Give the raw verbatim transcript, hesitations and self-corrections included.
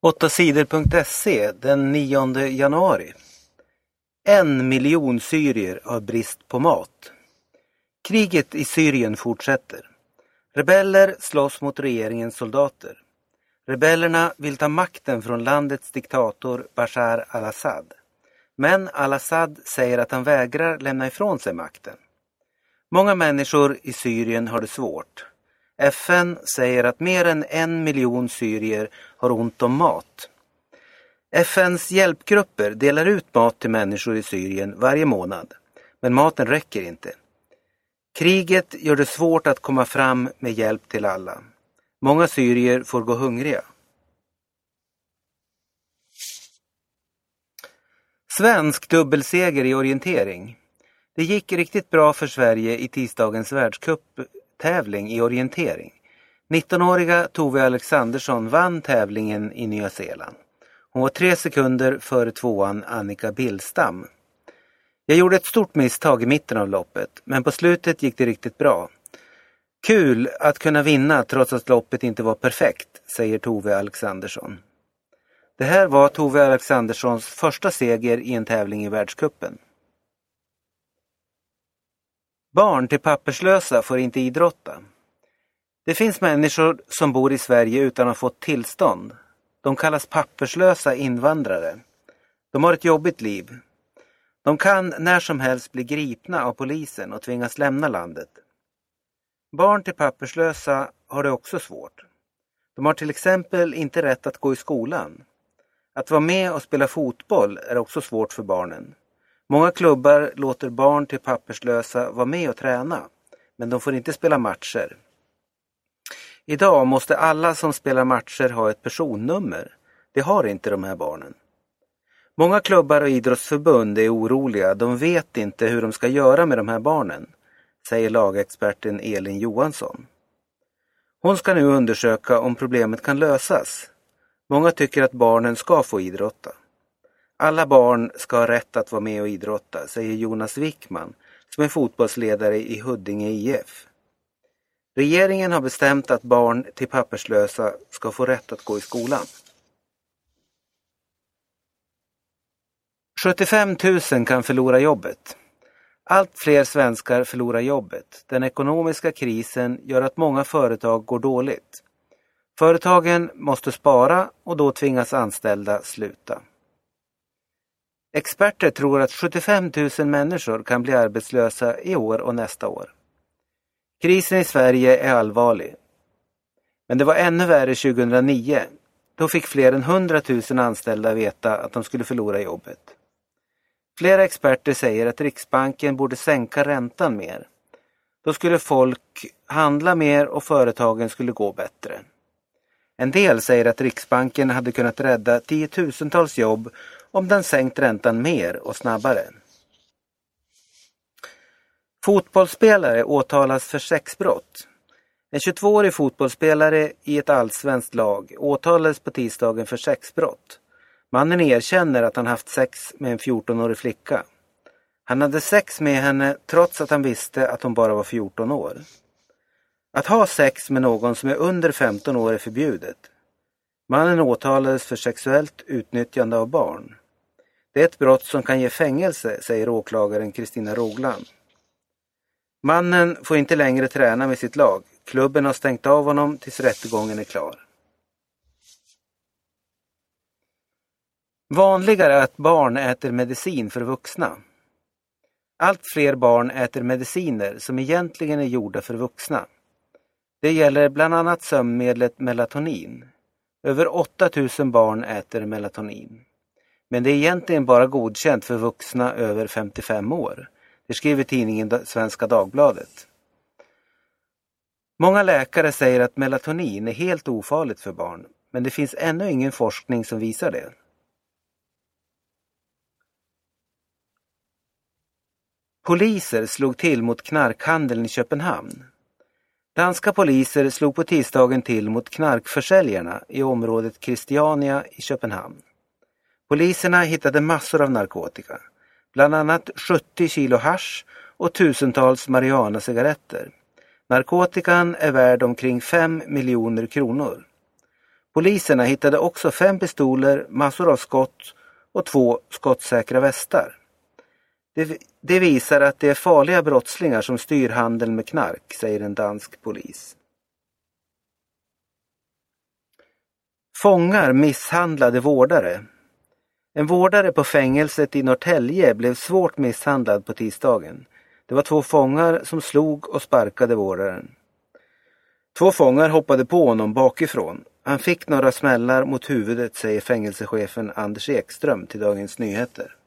åtta sidor punkt se den nionde januari. En miljon syrier har brist på mat. Kriget i Syrien fortsätter. Rebeller slåss mot regeringens soldater. Rebellerna vill ta makten från landets diktator Bashar al-Assad. Men al-Assad säger att han vägrar lämna ifrån sig makten. Många människor i Syrien har det svårt. F N säger att mer än en miljon syrier har ont om mat. F N:s hjälpgrupper delar ut mat till människor i Syrien varje månad. Men maten räcker inte. Kriget gör det svårt att komma fram med hjälp till alla. Många syrier får gå hungriga. Svensk dubbelseger i orientering. Det gick riktigt bra för Sverige i tisdagens världscuptävling i orientering. nittonåriga Tove Alexandersson vann tävlingen i Nya Zeeland. Hon var tre sekunder före tvåan Annika Billstam. Jag gjorde ett stort misstag i mitten av loppet, men på slutet gick det riktigt bra. Kul att kunna vinna trots att loppet inte var perfekt, säger Tove Alexandersson. Det här var Tove Alexanderssons första seger i en tävling i världscupen. Barn till papperslösa får inte idrotta. Det finns människor som bor i Sverige utan att ha fått tillstånd. De kallas papperslösa invandrare. De har ett jobbigt liv. De kan när som helst bli gripna av polisen och tvingas lämna landet. Barn till papperslösa har det också svårt. De har till exempel inte rätt att gå i skolan. Att vara med och spela fotboll är också svårt för barnen. Många klubbar låter barn till papperslösa vara med och träna, men de får inte spela matcher. Idag måste alla som spelar matcher ha ett personnummer. Det har inte de här barnen. Många klubbar och idrottsförbund är oroliga. De vet inte hur de ska göra med de här barnen, säger lagexperten Elin Johansson. Hon ska nu undersöka om problemet kan lösas. Många tycker att barnen ska få idrotta. Alla barn ska ha rätt att vara med och idrotta, säger Jonas Wickman som är fotbollsledare i Huddinge I F. Regeringen har bestämt att barn till papperslösa ska få rätt att gå i skolan. sjuttiofem tusen kan förlora jobbet. Allt fler svenskar förlorar jobbet. Den ekonomiska krisen gör att många företag går dåligt. Företagen måste spara och då tvingas anställda sluta. Experter tror att sjuttiofem tusen människor kan bli arbetslösa i år och nästa år. Krisen i Sverige är allvarlig. Men det var ännu värre tjugohundranio. Då fick fler än hundratusen anställda veta att de skulle förlora jobbet. Flera experter säger att Riksbanken borde sänka räntan mer. Då skulle folk handla mer och företagen skulle gå bättre. En del säger att Riksbanken hade kunnat rädda tiotusentals jobb om den sänkt räntan mer och snabbare. Fotbollsspelare åtalas för sexbrott. En tjugotvåårig fotbollsspelare i ett allsvenskt lag åtalades på tisdagen för sexbrott. Mannen erkänner att han haft sex med en fjortonårig flicka. Han hade sex med henne trots att han visste att hon bara var fjorton år. Att ha sex med någon som är under femton år är förbjudet. Mannen åtalades för sexuellt utnyttjande av barn. Det är ett brott som kan ge fängelse, säger åklagaren Kristina Rogland. Mannen får inte längre träna med sitt lag. Klubben har stängt av honom tills rättegången är klar. Vanligare att barn äter medicin för vuxna. Allt fler barn äter mediciner som egentligen är gjorda för vuxna. Det gäller bland annat sömnmedlet melatonin. Över åtta tusen barn äter melatonin. Men det är egentligen bara godkänt för vuxna över femtiofem år. Det skriver tidningen Svenska Dagbladet. Många läkare säger att melatonin är helt ofarligt för barn. Men det finns ännu ingen forskning som visar det. Poliser slog till mot knarkhandeln i Köpenhamn. Danska poliser slog på tisdagen till mot knarkförsäljarna i området Christiania i Köpenhamn. Poliserna hittade massor av narkotika, bland annat sjuttio kilo hasch och tusentals marijuana-cigaretter. Narkotikan är värd omkring fem miljoner kronor. Poliserna hittade också fem pistoler, massor av skott och två skottsäkra västar. Det, det visar att det är farliga brottslingar som styr handeln med knark, säger en dansk polis. Fångar misshandlade vårdare. En vårdare på fängelset i Norrtälje blev svårt misshandlad på tisdagen. Det var två fångar som slog och sparkade vårdaren. Två fångar hoppade på honom bakifrån. Han fick några smällar mot huvudet, säger fängelsechefen Anders Ekström till Dagens Nyheter.